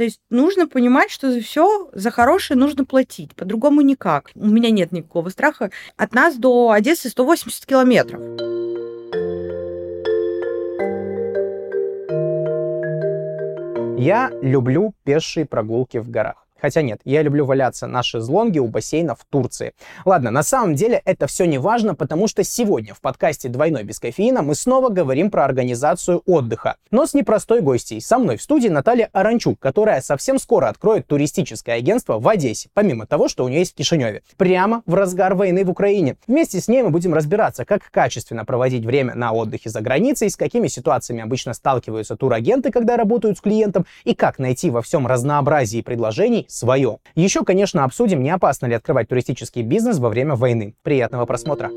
То есть нужно понимать, что за хорошее нужно платить, по-другому никак. У меня нет никакого страха. От нас до Одессы 180 километров. Я люблю пешие прогулки в горах. Хотя нет, я люблю валяться на шезлонге у бассейна в Турции. Ладно, на самом деле это все не важно, потому что сегодня в подкасте «Двойной без кофеина» мы снова говорим про организацию отдыха. Но с непростой гостьей. Со мной в студии Наталья Аранчук, которая совсем скоро откроет туристическое агентство в Одессе, помимо того, что у нее есть в Кишиневе. Прямо в разгар войны в Украине. Вместе с ней мы будем разбираться, как качественно проводить время на отдыхе за границей, с какими ситуациями обычно сталкиваются турагенты, когда работают с клиентом, и как найти во всем разнообразии предложений свое. Еще, конечно, обсудим, не опасно ли открывать туристический бизнес во время войны. Приятного просмотра!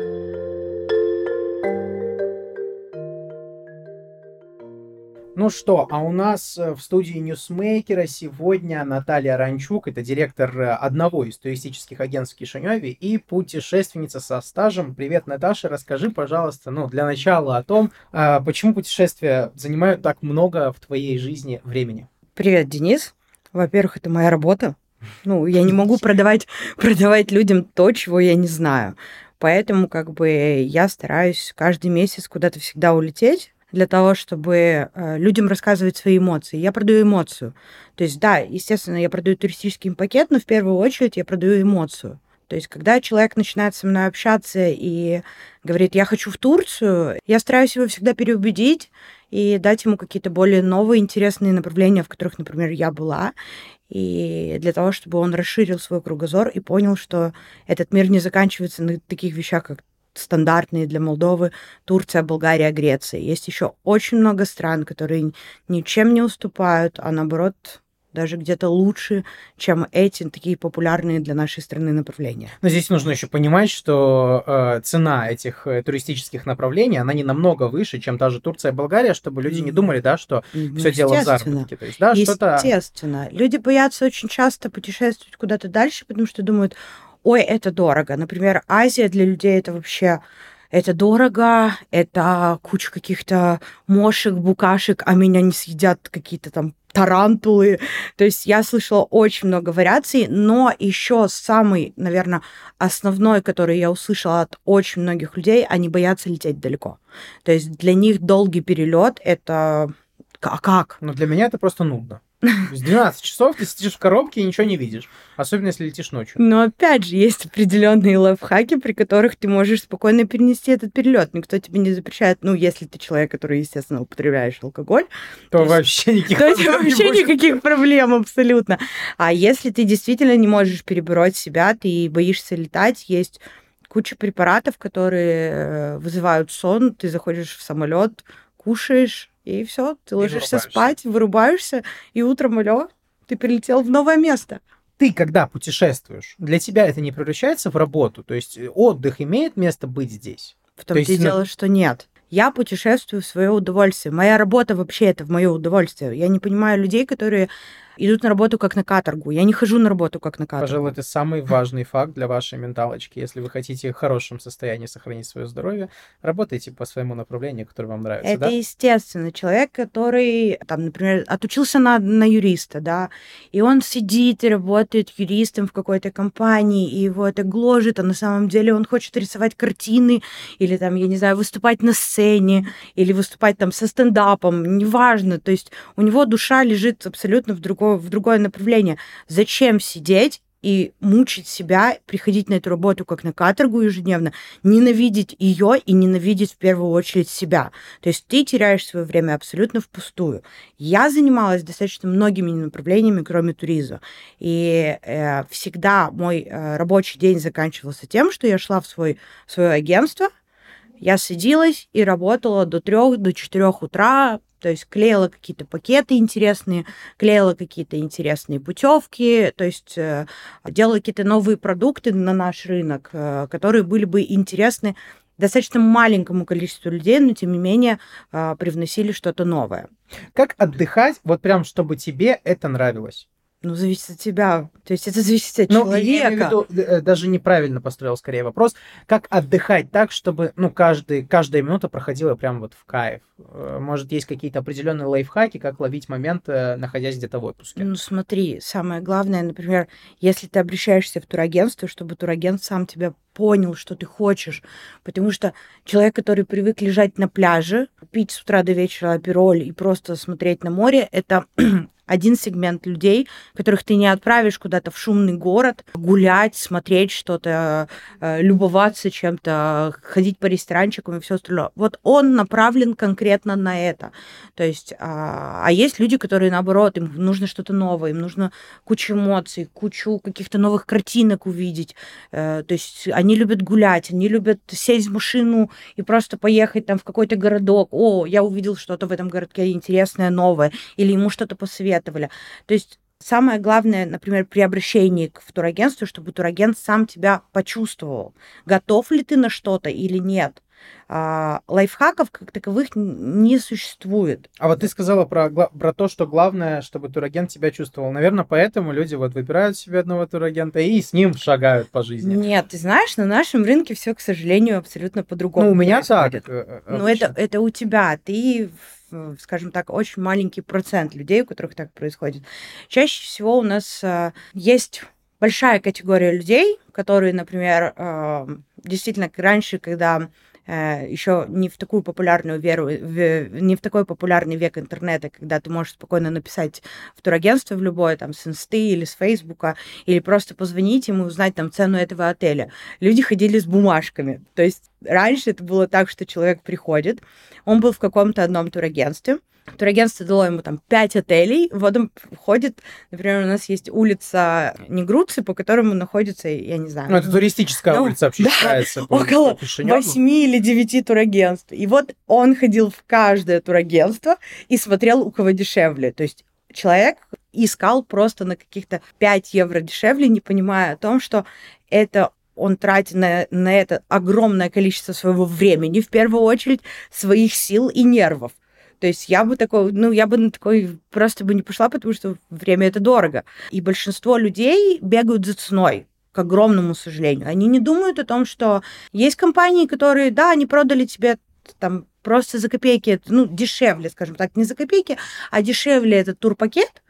Ну что, а у нас в студии Ньюсмейкера сегодня Наталья Аранчук, это директор одного из туристических агентств в Кишиневе и путешественница со стажем. Привет, Наташа, расскажи, пожалуйста, для начала о том, почему путешествия занимают так много в твоей жизни времени. Привет, Денис. Во-первых, это моя работа. Я не могу продавать людям то, чего я не знаю. Поэтому я стараюсь каждый месяц куда-то всегда улететь для того, чтобы людям рассказывать свои эмоции. Я продаю эмоцию. То есть, да, естественно, я продаю туристический пакет, но в первую очередь я продаю эмоцию. То есть, когда человек начинает со мной общаться и говорит, я хочу в Турцию, я стараюсь его всегда переубедить и дать ему какие-то более новые, интересные направления, в которых, например, я была, и для того, чтобы он расширил свой кругозор и понял, что этот мир не заканчивается на таких вещах, как стандартные для Молдовы Турция, Болгария, Греция. Есть еще очень много стран, которые ничем не уступают, а наоборот даже где-то лучше, чем эти такие популярные для нашей страны направления. Но здесь нужно еще понимать, что цена этих туристических направлений, она не намного выше, чем та же Турция и Болгария, чтобы люди не думали, да, что все дело в заработке. То есть, да, естественно. Люди боятся очень часто путешествовать куда-то дальше, потому что думают, ой, это дорого. Например, Азия для людей это вообще... Это дорого, это куча каких-то мошек, букашек, а меня не съедят какие-то там тарантулы. То есть я слышала очень много вариаций, но еще самый, наверное, основной, который я услышала от очень многих людей, они боятся лететь далеко. То есть для них долгий перелет это... А как? Для меня это просто нудно. С 12 часов ты сидишь в коробке и ничего не видишь. Особенно, если летишь ночью. Но опять же, есть определенные лайфхаки, при которых ты можешь спокойно перенести этот перелет. Никто тебе не запрещает. Если ты человек, который, естественно, употребляешь алкоголь, то вообще никаких проблем абсолютно. А если ты действительно не можешь перебороть себя, ты боишься летать, есть куча препаратов, которые вызывают сон, ты заходишь в самолет, кушаешь, и все, ты ложишься спать, вырубаешься, и утром, ты прилетел в новое место. Ты, когда путешествуешь, для тебя это не превращается в работу? То есть отдых имеет место быть здесь? В том-то и дело, что нет. Я путешествую в свое удовольствие. Моя работа вообще это в мое удовольствие. Я не понимаю людей, которые идут на работу как на каторгу. Я не хожу на работу как на каторгу. Пожалуй, это самый важный факт для вашей менталочки. Если вы хотите в хорошем состоянии сохранить свое здоровье, работайте по своему направлению, которое вам нравится. Это естественно. Человек, который, например, отучился на юриста, да, и он сидит и работает юристом в какой-то компании, и его это гложет, а на самом деле он хочет рисовать картины или, я не знаю, выступать на сцене, или выступать со стендапом, неважно. То есть у него душа лежит абсолютно в другое направление. Зачем сидеть и мучить себя, приходить на эту работу как на каторгу ежедневно, ненавидеть ее и ненавидеть в первую очередь себя. То есть ты теряешь свое время абсолютно впустую. Я занималась достаточно многими направлениями, кроме туризма. И всегда мой рабочий день заканчивался тем, что я шла в свое агентство, я садилась и работала до 3-4 утра, то есть клеила какие-то пакеты интересные, клеила какие-то интересные путевки, то есть делала какие-то новые продукты на наш рынок, которые были бы интересны достаточно маленькому количеству людей, но тем не менее привносили что-то новое. Как отдыхать, прям чтобы тебе это нравилось? Ну, зависит от тебя. То есть это зависит от человека. Я имею в виду, даже неправильно построил скорее вопрос. Как отдыхать так, чтобы, каждая минута проходила прям вот в кайф? Может, есть какие-то определенные лайфхаки, как ловить момент, находясь где-то в отпуске? Смотри, самое главное, например, если ты обращаешься в турагентство, чтобы турагент сам тебя понял, что ты хочешь. Потому что человек, который привык лежать на пляже, пить с утра до вечера апероль и просто смотреть на море, это один сегмент людей, которых ты не отправишь куда-то в шумный город, гулять, смотреть что-то, любоваться чем-то, ходить по ресторанчикам и все остальное. Вот он направлен конкретно на это. То есть, а есть люди, которые, наоборот, им нужно что-то новое, им нужно кучу эмоций, кучу каких-то новых картинок увидеть. То есть они любят гулять, они любят сесть в машину и просто поехать там в какой-то городок. О, я увидел что-то в этом городке интересное, новое. Или ему что-то посоветовали. То есть самое главное, например, при обращении в турагентство, чтобы турагент сам тебя почувствовал, готов ли ты на что-то или нет. Лайфхаков как таковых не существует. А вот ты сказала про то, что главное, чтобы турагент тебя чувствовал. Наверное, поэтому люди вот выбирают себе одного турагента и с ним шагают по жизни. Нет, ты знаешь, на нашем рынке все, к сожалению, абсолютно по-другому. У меня так. Ну, это у тебя. Ты, скажем так, очень маленький процент людей, у которых так происходит. Чаще всего у нас есть большая категория людей, которые, например, действительно раньше, когда еще не в такую популярную не в такой популярный век интернета, когда ты можешь спокойно написать в турагентство в любое, там, с Инсты или с Фейсбука, или просто позвонить ему и узнать там цену этого отеля. Люди ходили с бумажками. То есть раньше это было так, что человек приходит, он был в каком-то одном турагентстве, турагентство дало ему там 5 отелей, вот он ходит, например, у нас есть улица Негруцы, по которому находится, я не знаю... Ну, это туристическая улица вообще считается. Около 8 или 9 турагентств. И вот он ходил в каждое турагентство и смотрел, у кого дешевле. То есть человек искал просто на каких-то 5 евро дешевле, не понимая о том, что это он тратит на это огромное количество своего времени, в первую очередь своих сил и нервов. То есть я бы на такой просто бы не пошла, потому что время это дорого. И большинство людей бегают за ценой, к огромному сожалению. Они не думают о том, что есть компании, которые, да, они продали тебе там просто за копейки, дешевле, скажем так, не за копейки, а дешевле этот турпакет.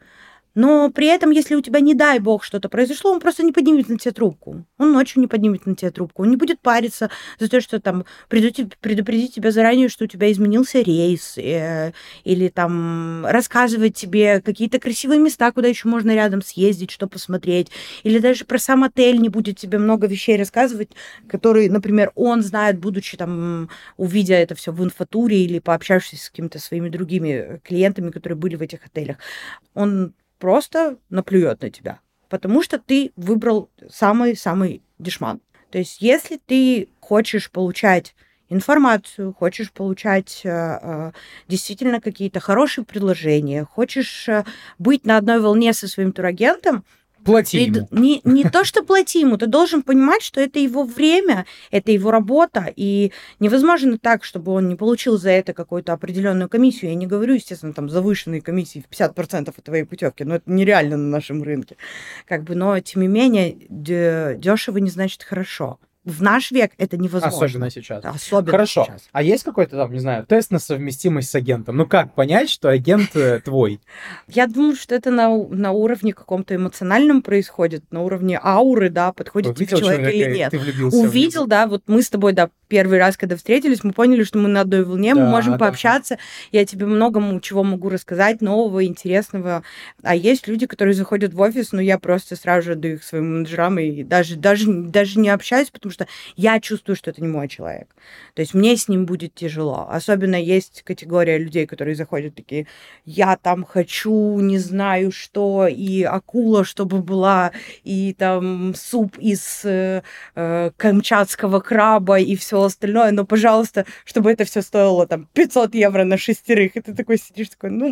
Но при этом, если у тебя, не дай бог, что-то произошло, он просто не поднимет на тебя трубку. Он ночью не поднимет на тебя трубку. Он не будет париться за то, что там предупредить тебя заранее, что у тебя изменился рейс, или там рассказывать тебе какие-то красивые места, куда еще можно рядом съездить, что посмотреть. Или даже про сам отель не будет тебе много вещей рассказывать, которые, например, он знает, будучи там, увидя это все в инфотуре или пообщавшись с какими-то своими другими клиентами, которые были в этих отелях. Он просто наплюет на тебя, потому что ты выбрал самый-самый дешман. То есть если ты хочешь получать информацию, хочешь получать действительно какие-то хорошие предложения, хочешь быть на одной волне со своим турагентом, плати ему. Не то, что плати ему, ты должен понимать, что это его время, это его работа, и невозможно так, чтобы он не получил за это какую-то определенную комиссию. Я не говорю, естественно, там завышенные комиссии в 50% от твоей путевки, но это нереально на нашем рынке. Но, тем не менее, дешево не значит хорошо. В наш век это невозможно. Особенно сейчас. Хорошо. Сейчас. А есть какой-то там, не знаю, тест на совместимость с агентом? Ну как понять, что агент твой? Я думаю, что это на уровне каком-то эмоциональном происходит, на уровне ауры, да, подходит тебе человек или нет. Ты влюбился Увидел, да, вот мы с тобой, да, первый раз, когда встретились, мы поняли, что мы на одной волне, мы можем пообщаться, я тебе многому чего могу рассказать, нового, интересного. А есть люди, которые заходят в офис, но я просто сразу же даю их своим менеджерам и даже не общаюсь, потому что я чувствую, что это не мой человек. То есть мне с ним будет тяжело. Особенно есть категория людей, которые заходят такие, я там хочу, не знаю что, и акула, чтобы была, и там суп из камчатского краба, и все остальное, но, пожалуйста, чтобы это все стоило там 500 евро на 6. И ты такой сидишь, такой,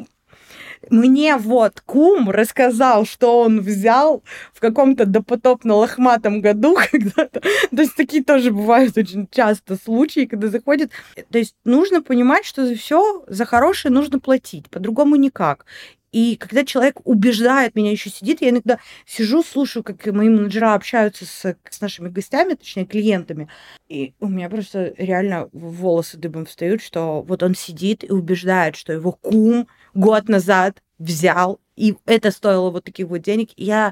мне вот кум рассказал, что он взял в каком-то допотопно-лохматом году когда-то. То есть такие тоже бывают очень часто случаи, когда заходят. То есть нужно понимать, что за все, за хорошее нужно платить, по-другому никак. И когда человек убеждает меня, еще сидит, я иногда сижу, слушаю, как мои менеджера общаются с нашими гостями, точнее, клиентами, и у меня просто реально волосы дыбом встают, что вот он сидит и убеждает, что его кум год назад взял, и это стоило вот таких вот денег. И я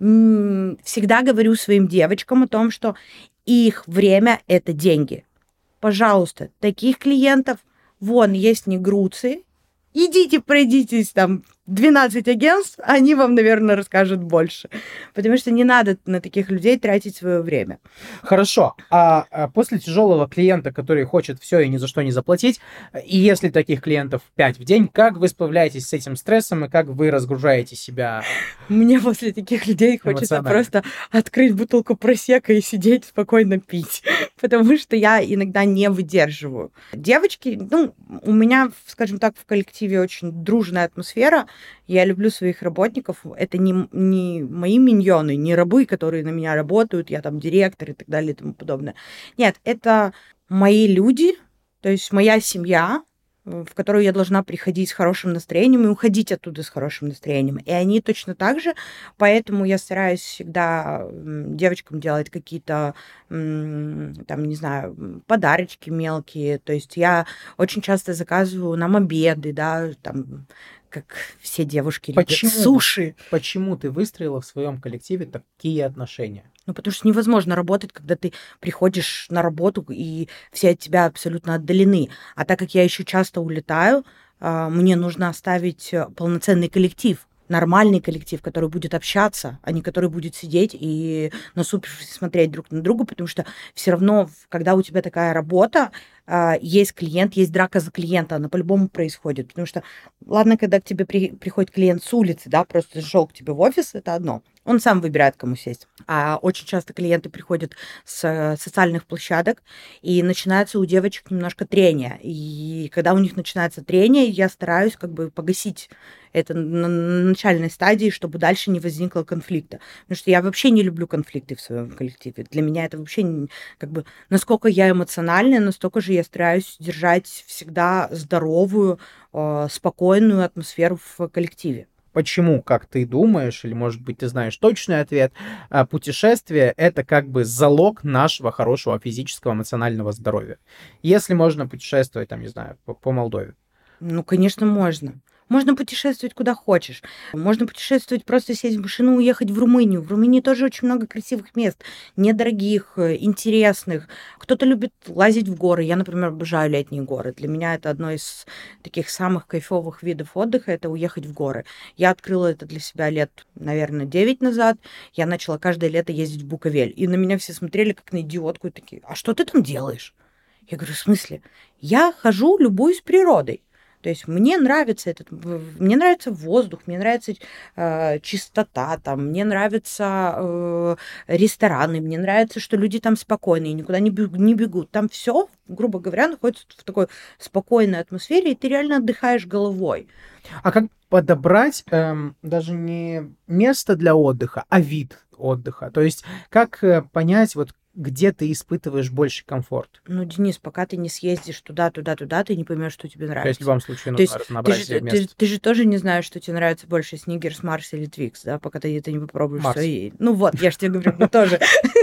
всегда говорю своим девочкам о том, что их время — это деньги. Пожалуйста, таких клиентов, вон, есть негруцы, идите, пройдитесь там 12 агентств, они вам, наверное, расскажут больше. Потому что не надо на таких людей тратить свое время. Хорошо. А после тяжелого клиента, который хочет все и ни за что не заплатить, и если таких клиентов 5 в день, как вы справляетесь с этим стрессом и как вы разгружаете себя? Мне после таких людей хочется просто открыть бутылку просека и сидеть спокойно пить, потому что я иногда не выдерживаю. Девочки, ну, у меня, скажем так, в коллективе очень дружная атмосфера. Я люблю своих работников. Это не мои миньоны, не рабы, которые на меня работают, я там директор и так далее и тому подобное. Нет, это мои люди, то есть моя семья, в которую я должна приходить с хорошим настроением и уходить оттуда с хорошим настроением. И они точно так же, поэтому я стараюсь всегда девочкам делать какие-то, там, не знаю, подарочки мелкие. То есть я очень часто заказываю нам обеды, да, там, как все девушки любят суши. Почему ты выстроила в своем коллективе такие отношения? Ну, потому что невозможно работать, когда ты приходишь на работу, и все от тебя абсолютно отдалены. А так как я еще часто улетаю, мне нужно оставить полноценный коллектив, нормальный коллектив, который будет общаться, а не который будет сидеть и насупившись смотреть друг на друга, потому что все равно, когда у тебя такая работа, есть клиент, есть драка за клиента, она по-любому происходит. Потому что, ладно, когда к тебе приходит клиент с улицы, да, просто зашел к тебе в офис, это одно. Он сам выбирает, кому сесть. А очень часто клиенты приходят с социальных площадок, и начинается у девочек немножко трение. И когда у них начинается трение, я стараюсь как бы погасить это на начальной стадии, чтобы дальше не возникло конфликта. Потому что я вообще не люблю конфликты в своем коллективе. Для меня это вообще как бы... Насколько я эмоциональная, настолько же я стараюсь держать всегда здоровую, спокойную атмосферу в коллективе. Почему, как ты думаешь, или, может быть, ты знаешь точный ответ, путешествие — это как бы залог нашего хорошего физического, эмоционального здоровья? Если можно путешествовать, там, не знаю, по Молдове. Ну, конечно, можно. Можно путешествовать куда хочешь. Можно путешествовать, просто сесть в машину и уехать в Румынию. В Румынии тоже очень много красивых мест, недорогих, интересных. Кто-то любит лазить в горы. Я, например, обожаю летние горы. Для меня это одно из таких самых кайфовых видов отдыха — это уехать в горы. Я открыла это для себя лет, наверное, 9 назад. Я начала каждое лето ездить в Буковель. И на меня все смотрели как на идиотку и такие: а что ты там делаешь? Я говорю: в смысле? Я хожу, любуюсь природой. То есть мне нравится мне нравится воздух, мне нравится чистота, там, мне нравятся рестораны, мне нравится, что люди там спокойные, никуда не бегут. Там все, грубо говоря, находится в такой спокойной атмосфере, и ты реально отдыхаешь головой. А как подобрать даже не место для отдыха, а вид отдыха? То есть как понять, вот где ты испытываешь больше комфорт? Ну, Денис, пока ты не съездишь туда, ты не поймешь, что тебе нравится. То есть в любом случае нужно разнообразие мест. Ты же тоже не знаешь, что тебе нравится больше: Сникерс, Марс или Твикс, да, пока ты это не попробуешь. Марс. Ну вот, я же тебе говорю, мне тоже.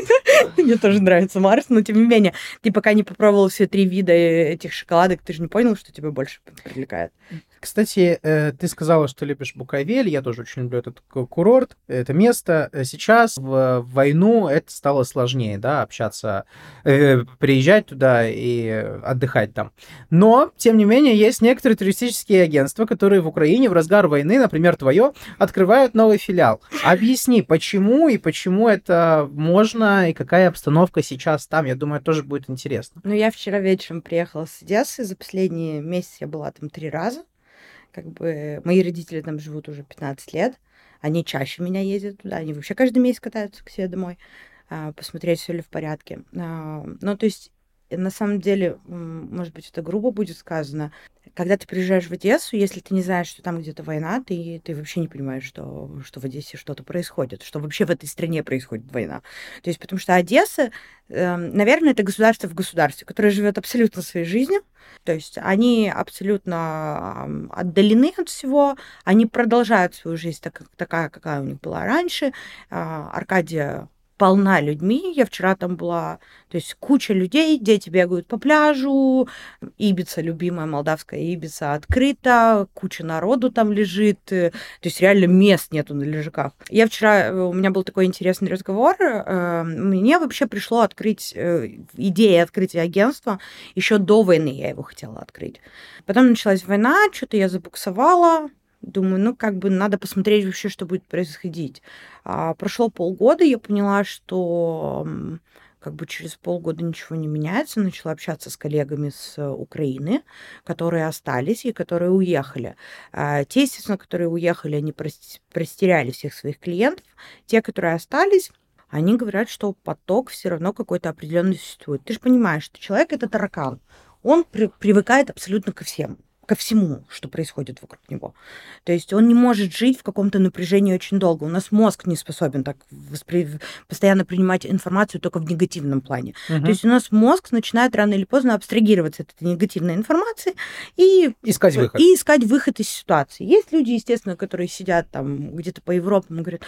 Мне тоже нравится Марс, но тем не менее, ты пока не попробовал все 3 вида этих шоколадок, ты же не понял, что тебя больше привлекает. Кстати, ты сказала, что любишь Буковель. Я тоже очень люблю этот курорт, это место. Сейчас в войну это стало сложнее, да, общаться, приезжать туда и отдыхать там. Но, тем не менее, есть некоторые туристические агентства, которые в Украине в разгар войны, например, твое, открывают новый филиал. Объясни, почему и почему это можно, и какая обстановка сейчас там. Я думаю, тоже будет интересно. Ну, я вчера вечером приехала с Одессы. За последний месяц я была там 3 раза. Как бы мои родители там живут уже 15 лет. Они чаще меня ездят туда. Они вообще каждый месяц катаются к себе домой, посмотреть, все ли в порядке. Ну, то есть на самом деле, может быть, это грубо будет сказано, когда ты приезжаешь в Одессу, если ты не знаешь, что там где-то война, ты вообще не понимаешь, что в Одессе что-то происходит, что вообще в этой стране происходит война. То есть, потому что Одесса, наверное, это государство в государстве, которое живет абсолютно своей жизнью. То есть они абсолютно отдалены от всего, они продолжают свою жизнь такая, какая у них была раньше. Аркадия полна людьми. Я вчера там была, то есть куча людей, дети бегают по пляжу, Ибица, любимая молдавская Ибица, открыта, куча народу там лежит, то есть реально мест нету на лежаках. Я вчера, у меня был такой интересный разговор, мне вообще пришло идея открытия агентства, еще до войны я его хотела открыть. Потом началась война, что-то я забуксовала, думаю, надо посмотреть вообще, что будет происходить. Прошло полгода, я поняла, что через полгода ничего не меняется. Начала общаться с коллегами с Украины, которые остались и которые уехали. Те, естественно, которые уехали, они растеряли всех своих клиентов. Те, которые остались, они говорят, что поток все равно какой-то определенный существует. Ты же понимаешь, что человек — это таракан. Он привыкает абсолютно ко всему, что происходит вокруг него. То есть он не может жить в каком-то напряжении очень долго. У нас мозг не способен так постоянно принимать информацию только в негативном плане. То есть у нас мозг начинает рано или поздно абстрагироваться от этой негативной информации и искать выход из ситуации. Есть люди, естественно, которые сидят там где-то по Европам и говорят: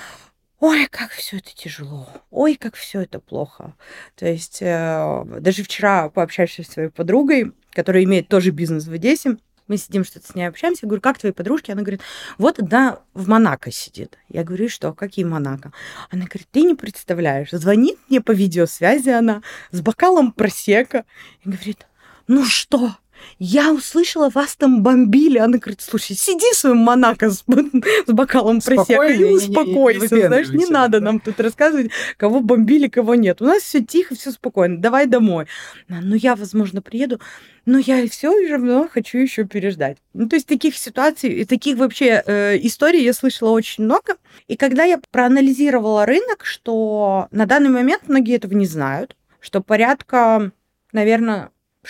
ой, как все это тяжело, ой, как все это плохо. То есть даже вчера, пообщавшись с своей подругой, которая имеет тоже бизнес в Одессе, мы сидим, что-то с ней общаемся, я говорю: как твои подружки? Она говорит: вот одна в Монако сидит. Я говорю: что, какие Монако? Она говорит: ты не представляешь, звонит мне по видеосвязи она с бокалом просекко и говорит: ну что? Я услышала, вас там бомбили. Она говорит: слушай, сиди в своем Монако с бокалом просекко и успокойся. Знаешь, не надо нам тут рассказывать, кого бомбили, кого нет. У нас все тихо, все спокойно. Давай домой. Ну, я, возможно, приеду, но я все равно хочу еще переждать. То есть таких ситуаций и таких вообще историй я слышала очень много. И когда я проанализировала рынок, что на данный момент многие этого не знают, что порядка, наверное,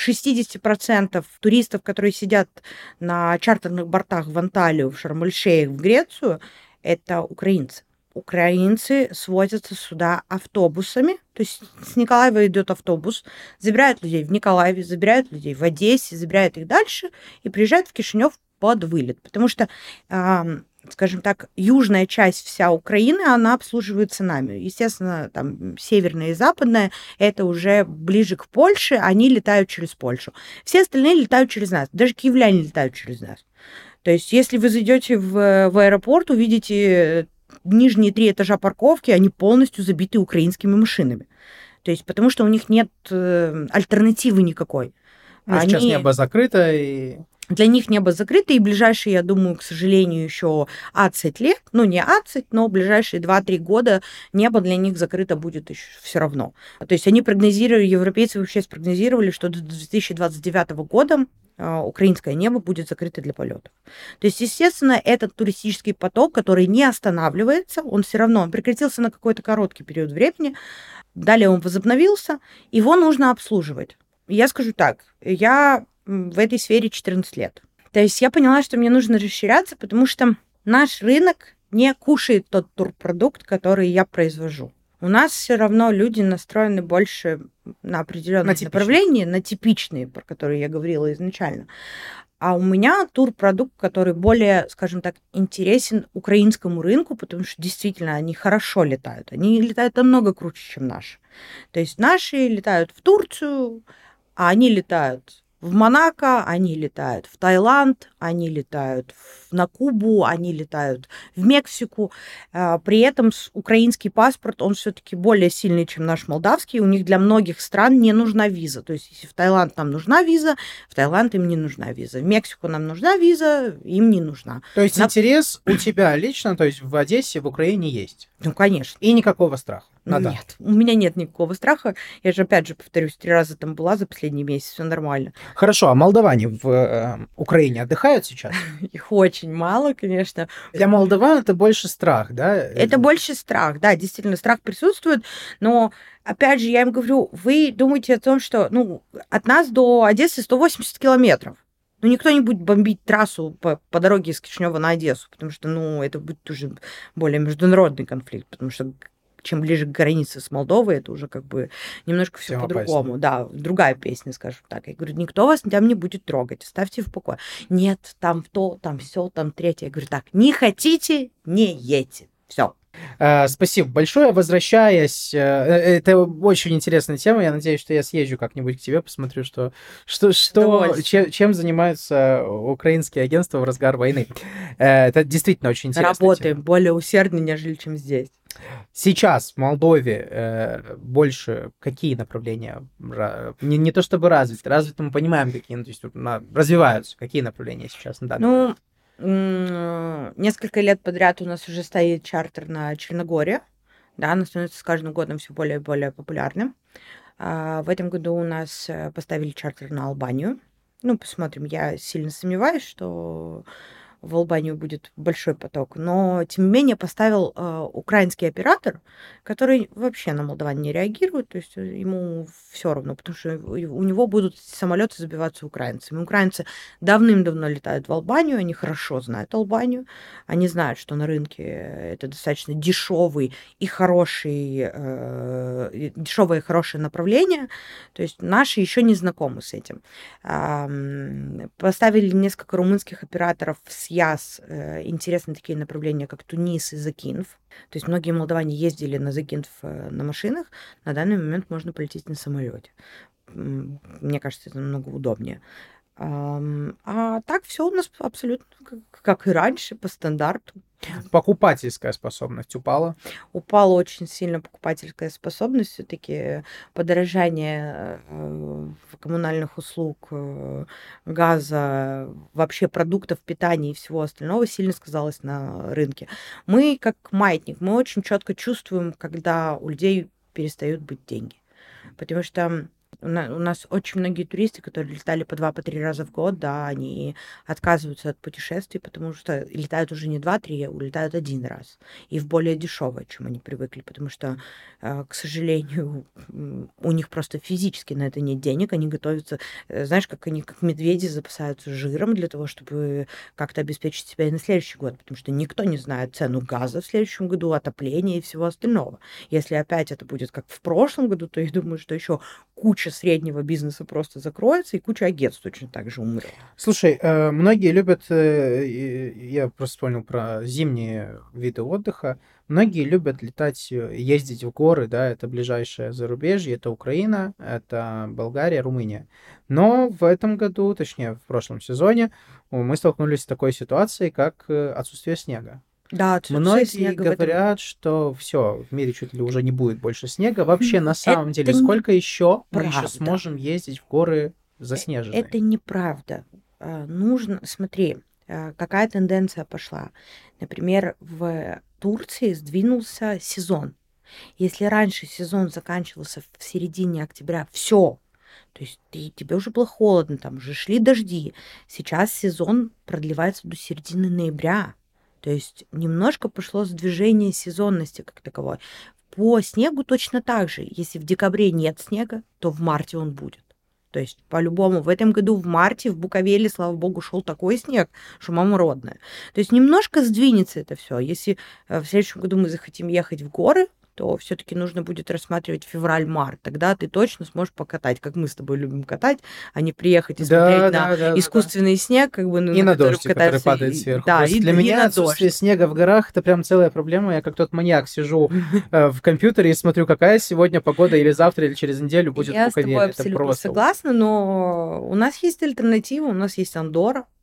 60% туристов, которые сидят на чартерных бортах в Анталию, в Шарм-эль-Шейх, в Грецию, это украинцы. Украинцы свозятся сюда автобусами. То есть с Николаева идет автобус, забирают людей в Николаеве, забирают людей в Одессе, забирают их дальше и приезжают в Кишинев под вылет. Потому что скажем так, южная часть вся Украины, она обслуживается нами. Естественно, там северная и западная, это уже ближе к Польше, они летают через Польшу. Все остальные летают через нас, даже киевляне летают через нас. То есть, если вы зайдете в аэропорт, увидите нижние 3 этажа парковки, они полностью забиты украинскими машинами. То есть, потому что у них нет альтернативы никакой. Сейчас небо закрыто и... Для них небо закрыто, и ближайшие, я думаю, к сожалению, еще 20 лет, не 20, но ближайшие 2-3 года небо для них закрыто будет еще все равно. То есть они прогнозировали, европейцы вообще спрогнозировали, что до 2029 года украинское небо будет закрыто для полетов. То есть, естественно, этот туристический поток, который не останавливается, он все равно прекратился на какой-то короткий период времени, далее он возобновился, его нужно обслуживать. Я скажу так, я в этой сфере 14 лет. То есть я поняла, что мне нужно расширяться, потому что наш рынок не кушает тот турпродукт, который я произвожу. У нас все равно люди настроены больше на определенные направления, на типичные, про которые я говорила изначально. А у меня турпродукт, который более, скажем так, интересен украинскому рынку, потому что действительно они хорошо летают. Они летают намного круче, чем наши. То есть наши летают в Турцию, а они летают в Монако, они летают в Таиланд, они летают на Кубу, они летают в Мексику. При этом украинский паспорт, он все-таки более сильный, чем наш молдавский. У них для многих стран не нужна виза. То есть если в Таиланд нам нужна виза, в Таиланд им не нужна виза. В Мексику нам нужна виза, им не нужна. То есть интерес у тебя лично, то есть в Одессе, в Украине есть? Ну, конечно. И никакого страха? Нет, у меня нет никакого страха. Я же, опять же, повторюсь, 3 раза там была за последний месяц, все нормально. Хорошо, а молдаване в Украине отдыхают сейчас? Их очень мало, конечно. Для молдаван это больше страх, да? Это больше страх, да, действительно, страх присутствует, но, опять же, я им говорю, вы думаете о том, что, от нас до Одессы 180 километров. Никто не будет бомбить трассу по дороге из Кишинева на Одессу, потому что, это будет уже более международный конфликт, потому что чем ближе к границе с Молдовой, это уже как бы немножко все по-другому. Да, другая песня, скажем так. Я говорю, никто вас там не будет трогать, оставьте в покое. Нет, там то, там все, там третье. Я говорю, так, не хотите, не едьте. Все. Спасибо большое. Возвращаясь, это очень интересная тема. Я надеюсь, что я съезжу как-нибудь к тебе, посмотрю, чем занимаются украинские агентства в разгар войны. Это действительно очень интересно. Работаем более усердно, нежели чем здесь. Сейчас в Молдове больше какие направления? Не то чтобы развиты мы понимаем, какие, то есть развиваются. Какие направления сейчас на данный момент? Несколько лет подряд у нас уже стоит чартер на Черногорию. Да, она становится с каждым годом все более и более популярным. В этом году у нас поставили чартер на Албанию. Посмотрим. Я сильно сомневаюсь, что в Албанию будет большой поток. Но, тем не менее, поставил украинский оператор, который вообще на молдаван не реагирует. То есть ему все равно, потому что у него будут самолеты забиваться украинцами. Украинцы давным-давно летают в Албанию, они хорошо знают Албанию. Они знают, что на рынке это достаточно дешевый и хороший, дешевое и хорошее направление. То есть наши еще не знакомы с этим. Поставили несколько румынских операторов с ЯС, интересные такие направления, как Тунис и Закинф. То есть многие молдаване ездили на Закинф на машинах, на данный момент можно полететь на самолете. Мне кажется, это намного удобнее. А так все у нас абсолютно как и раньше, по стандарту. Покупательская способность упала? Упала очень сильно покупательская способность. Все-таки подорожание коммунальных услуг, газа, вообще продуктов питания и всего остального сильно сказалось на рынке. Мы, как маятник, мы очень четко чувствуем, когда у людей перестают быть деньги. Потому что у нас очень многие туристы, которые летали по 2-3 раза в год, да, они отказываются от путешествий, потому что летают уже не 2-3, а улетают 1 раз. И в более дешевое, чем они привыкли, потому что, к сожалению, у них просто физически на это нет денег, они готовятся, знаешь, как медведи запасаются жиром для того, чтобы как-то обеспечить себя и на следующий год, потому что никто не знает цену газа в следующем году, отопления и всего остального. Если опять это будет как в прошлом году, то я думаю, что еще куча среднего бизнеса просто закроется, и куча агентств точно так же умрет. Слушай, многие любят, я просто вспомнил про зимние виды отдыха, многие любят летать, ездить в горы, да, это ближайшее зарубежье, это Украина, это Болгария, Румыния. Но в этом году, точнее, в прошлом сезоне, мы столкнулись с такой ситуацией, как отсутствие снега. Да, многие говорят, что все, в мире чуть ли уже не будет больше снега. Вообще, на самом деле, сколько еще мы еще сможем ездить в горы заснеженные? Это неправда. Нужно, смотри, какая тенденция пошла. Например, в Турции сдвинулся сезон. Если раньше сезон заканчивался в середине октября, все, то есть тебе уже было холодно, там уже шли дожди. Сейчас сезон продлевается до середины ноября. То есть немножко пошло сдвижение сезонности как таковой. По снегу точно так же. Если в декабре нет снега, то в марте он будет. То есть по-любому в этом году в марте в Буковеле, слава богу, шел такой снег, что мама родная. То есть немножко сдвинется это все. Если в следующем году мы захотим ехать в горы, то все-таки нужно будет рассматривать февраль-март. Тогда ты точно сможешь покатать, как мы с тобой любим катать, а не приехать и смотреть на искусственный снег, как бы, и на дождь, который падает сверху. Да, для меня отсутствие снега в горах — это прям целая проблема. Я как тот маньяк сижу в компьютере и смотрю, какая сегодня погода или завтра, или через неделю будет в Буковеле. Я с тобой абсолютно согласна, но у нас есть альтернатива, у нас есть Андорра.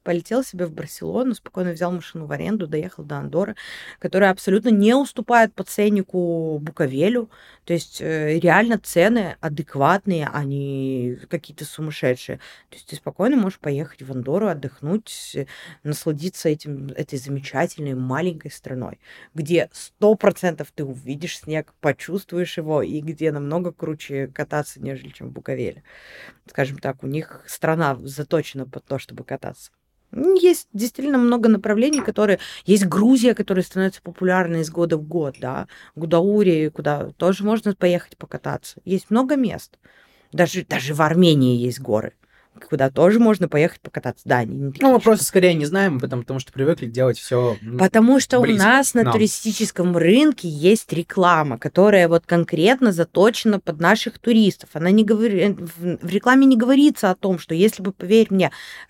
полетел себе в Барселону, спокойно взял машину в аренду, доехал до Андорры, которая абсолютно не уступает по ценнику Буковелю. То есть реально цены адекватные, а не какие-то сумасшедшие. То есть ты спокойно можешь поехать в Андорру, отдохнуть, насладиться этой замечательной маленькой страной, где 100% ты увидишь снег, почувствуешь его, и где намного круче кататься, нежели чем в Буковеле. Скажем так, у них страна заточена под то, чтобы кататься. Есть действительно много направлений, которые... Есть Грузия, которая становится популярной из года в год, да, Гудаури, куда тоже можно поехать покататься. Есть много мест. Даже в Армении есть горы, куда тоже можно поехать покататься. Да, мы просто скорее не знаем об этом, потому что привыкли делать все. Потому что у нас на туристическом рынке есть реклама, которая вот конкретно заточена под наших туристов. Она не говорит, в рекламе не говорится о том, что если бы, поверь мне,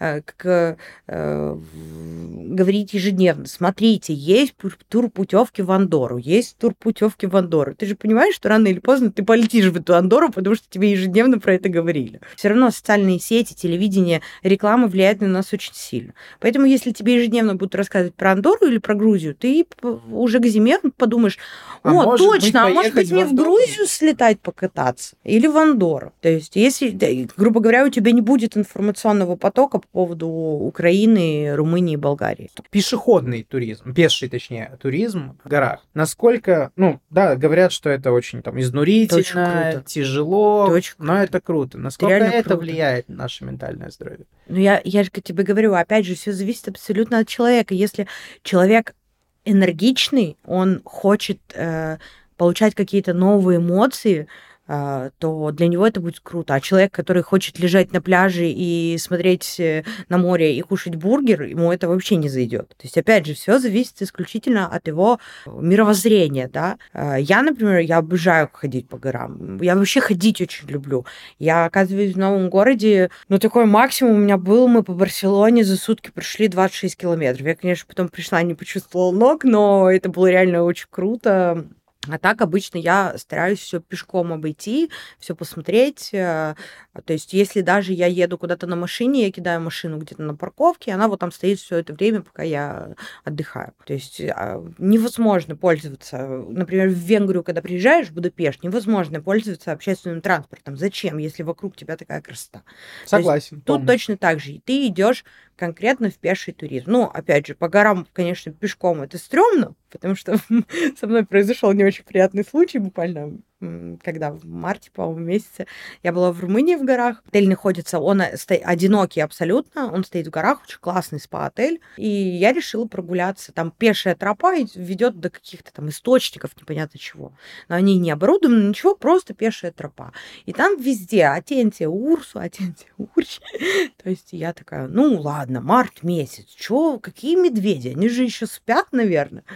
говорить ежедневно, смотрите, есть турпутевки в Андорру, есть турпутевки в Андорру. Ты же понимаешь, что рано или поздно ты полетишь в эту Андорру, потому что тебе ежедневно про это говорили. Все равно социальные сети, телевидение, реклама влияет на нас очень сильно. Поэтому, если тебе ежедневно будут рассказывать про Андорру или про Грузию, ты уже к зиме подумаешь, точно, может быть мне в Грузию слетать покататься или в Андорру. То есть, если, грубо говоря, у тебя не будет информационного потока по поводу Украины, Румынии и Болгарии. Пешеходный туризм, пеший, точнее, туризм в горах. Насколько, говорят, что это очень изнурительно, тяжело, но это круто. Насколько это влияет на наше ментальное здоровье? Я же тебе говорю, опять же, все зависит абсолютно от человека. Если человек энергичный, он хочет получать какие-то новые эмоции, то для него это будет круто. А человек, который хочет лежать на пляже и смотреть на море и кушать бургер, ему это вообще не зайдет. То есть, опять же, все зависит исключительно от его мировоззрения, да. Я, например, я обожаю ходить по горам. Я вообще ходить очень люблю. Я оказываюсь в новом городе, такой максимум у меня был, мы по Барселоне за сутки прошли 26 километров. Я, конечно, потом пришла, не почувствовала ног, но это было реально очень круто. А так обычно я стараюсь все пешком обойти, все посмотреть. То есть, если даже я еду куда-то на машине, я кидаю машину где-то на парковке, она вот там стоит все это время, пока я отдыхаю. То есть невозможно пользоваться, например, в Венгрию, когда приезжаешь в Будапешт, невозможно пользоваться общественным транспортом. Зачем, если вокруг тебя такая красота? Согласен. Тут точно так же. И ты идешь конкретно в пеший туризм. Опять же, по горам, конечно, пешком это стрёмно, потому что со мной произошел не очень приятный случай буквально, когда в марте, по-моему, месяце я была в Румынии в горах. Отель находится, он одинокий абсолютно, он стоит в горах, очень классный спа-отель, и я решила прогуляться. Там пешая тропа ведет до каких-то там источников, непонятно чего. Но они не оборудованы, ничего, просто пешая тропа. И там везде Атентия Урсу, Атентия Урч. То есть я такая, ладно, март месяц, чё, какие медведи? Они же еще спят, наверное.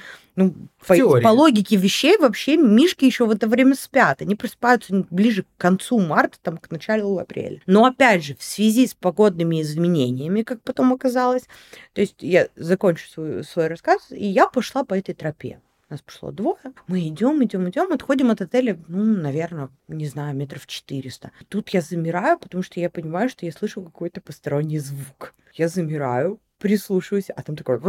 По логике вещей вообще мишки еще в это время спят. Они просыпаются ближе к концу марта, к началу апреля. Но опять же, в связи с погодными изменениями, как потом оказалось, то есть я закончу свой рассказ, и я пошла по этой тропе. Нас пошло двое. Мы идем, отходим от отеля, наверное, не знаю, метров 400. Тут я замираю, потому что я понимаю, что я слышу какой-то посторонний звук. Я замираю, прислушиваюсь, а там такой...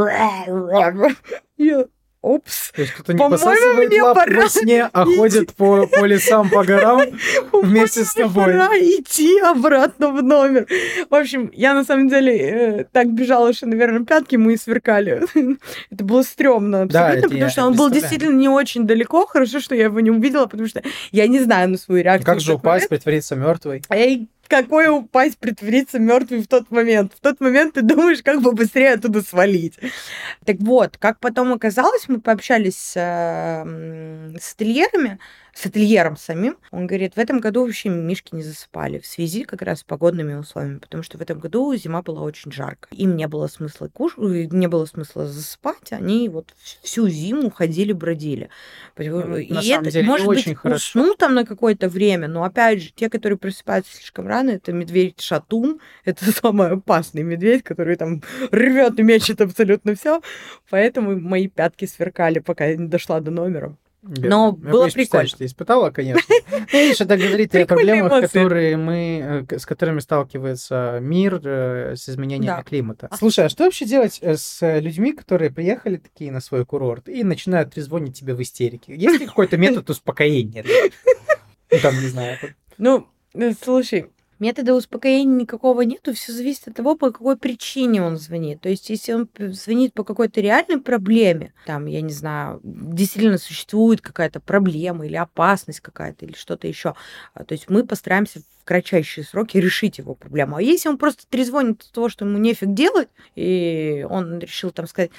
Опс. То есть кто-то не посасывает лапу во сне, а ходит по лесам, по горам вместе с тобой. Пора идти обратно в номер. В общем, я на самом деле так бежала, что, наверное, пятки мои сверкали. Это было стрёмно абсолютно, потому что он был действительно не очень далеко. Хорошо, что я его не увидела, потому что я не знаю на свою реакцию. Как же упасть, притвориться мертвой? Какой упасть, притвориться мертвой в тот момент? В тот момент ты думаешь, как бы быстрее оттуда свалить. Так вот, как потом оказалось, мы пообщались с ательерами, с ательером самим. Он говорит, в этом году вообще мишки не засыпали в связи как раз с погодными условиями, потому что в этом году зима была очень жаркая. Им не было смысла не было смысла засыпать, они вот всю зиму ходили, бродили. На самом деле, может быть, очень хорошо. уснул там на какое-то время, но опять же, те, которые просыпаются слишком рано, это медведь-шатун, это самый опасный медведь, который там рвет и мечет абсолютно все. Поэтому мои пятки сверкали, пока я не дошла до номера. Но было прикольно. Что ты испытала, конечно. Видишь, это говорит о проблемах, с которыми сталкивается мир с изменением климата. Слушай, а что вообще делать с людьми, которые приехали такие на свой курорт и начинают трезвонить тебе в истерике? Есть ли какой-то метод успокоения? Там, не знаю. Слушай, метода успокоения никакого нету, все зависит от того, по какой причине он звонит. То есть, если он звонит по какой-то реальной проблеме, там, я не знаю, действительно существует какая-то проблема или опасность какая-то, или что-то еще, то есть мы постараемся в кратчайшие сроки решить его проблему. А если он просто трезвонит от того, что ему нефиг делать, и он решил там сказать...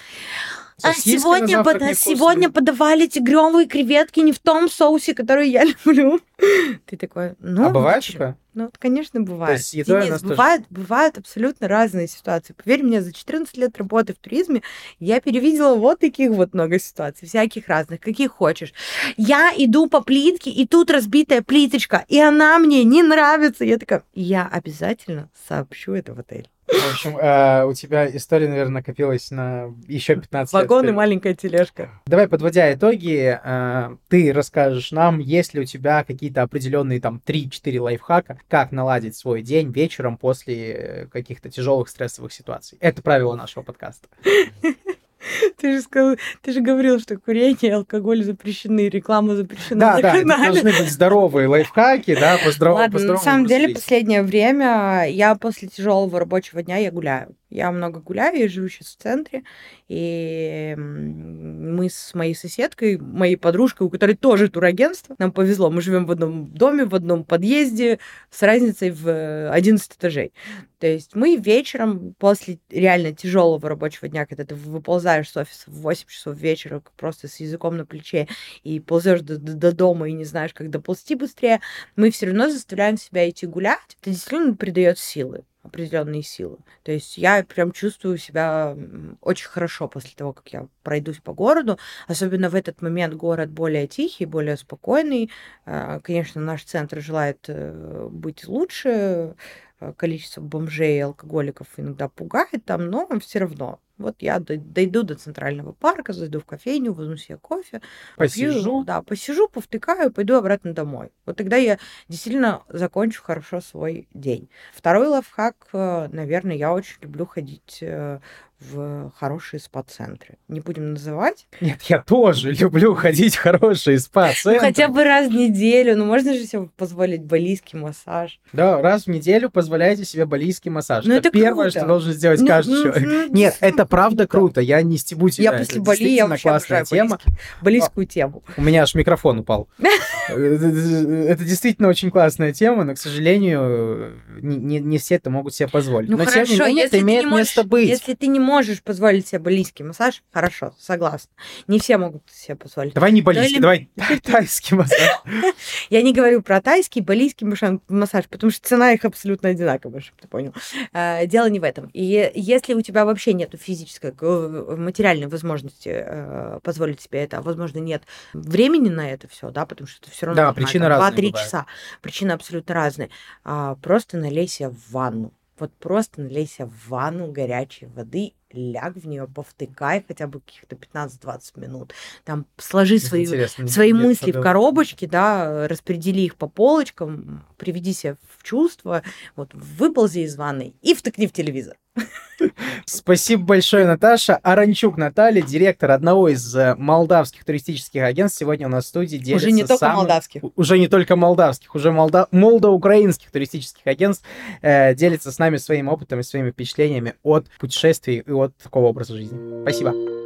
сегодня подавали тигрёвые креветки не в том соусе, который я люблю. Ты такой, бывает такое? Конечно, бывает. То есть бывают абсолютно разные ситуации. Поверь мне, за 14 лет работы в туризме я перевидела вот таких вот много ситуаций, всяких разных, каких хочешь. Я иду по плитке, и тут разбитая плиточка, и она мне не нравится. Я такая, я обязательно сообщу это в отель. В общем, у тебя история, наверное, накопилась на еще 15 лет. Вагон и маленькая тележка. Давай, подводя итоги, ты расскажешь нам, есть ли у тебя какие-то определенные там 3-4 лайфхака, как наладить свой день вечером после каких-то тяжелых стрессовых ситуаций. Это правило нашего подкаста. Ты же говорил, что курение и алкоголь запрещены, реклама запрещена на канале. Да, должны быть здоровые лайфхаки, да, по здоровому. Ладно, на самом деле, последнее время я после тяжелого рабочего дня я гуляю. Я много гуляю, я живу сейчас в центре, и мы с моей соседкой, моей подружкой, у которой тоже турагентство, нам повезло, мы живем в одном доме, в одном подъезде с разницей в 11 этажей. То есть мы вечером после реально тяжелого рабочего дня, когда ты выползаешь с офиса в 8 часов вечера просто с языком на плече и ползешь до дома и не знаешь, как доползти быстрее, мы все равно заставляем себя идти гулять. Это действительно придает силы, определенные силы. То есть я прям чувствую себя очень хорошо после того, как я пройдусь по городу. Особенно в этот момент город более тихий, более спокойный. Конечно, наш центр желает быть лучше. Количество бомжей и алкоголиков иногда пугает там, но все равно. Вот я дойду до Центрального парка, зайду в кофейню, возьму себе кофе, посижу, посижу, повтыкаю, пойду обратно домой. Вот тогда я действительно закончу хорошо свой день. Второй лайфхак, наверное, я очень люблю ходить в хорошие спа-центры. Не будем называть. Нет, я тоже люблю ходить в хорошие спа-центры. Хотя бы раз в неделю. Можно же себе позволить балийский массаж. Да, раз в неделю позволяйте себе балийский массаж. Это первое, что должен сделать каждый человек. Нет, это правда круто. Я не стебу тебя. Я после Бали, я вообще обожаю балийскую тему. У меня аж микрофон упал. Это действительно очень классная тема, но, к сожалению, не все это могут себе позволить. Но тем не менее, это имеет место быть. Если ты не можешь позволить себе балийский массаж, хорошо, согласна. Не все могут себе позволить. Давай не балийский, давай тайский массаж. Я не говорю про тайский, балийский массаж, потому что цена их абсолютно одинаковая, чтобы ты понял. Дело не в этом. И если у тебя вообще нет физической, материальной возможности позволить себе это, а, возможно, нет времени на это все, да, потому что это все равно да, причины разные 2-3 часа. Причины абсолютно разные. Просто налейся в ванну. Вот просто налейся в ванну горячей воды, ляг в нее, повтыкай хотя бы каких-то 15-20 минут. Там сложи свои мысли в коробочки, да, распредели их по полочкам, приведи себя в чувство, вот, выползи из ванной и втыкни в телевизор. Спасибо большое, Наташа. Аранчук Наталья, директор одного из молдавских туристических агентств, сегодня у нас в студии делится уже не только молдавских. Уже не только молдавских, уже молдо-украинских туристических агентств делится с нами своим опытом и своими впечатлениями от путешествий и от такого образа жизни. Спасибо.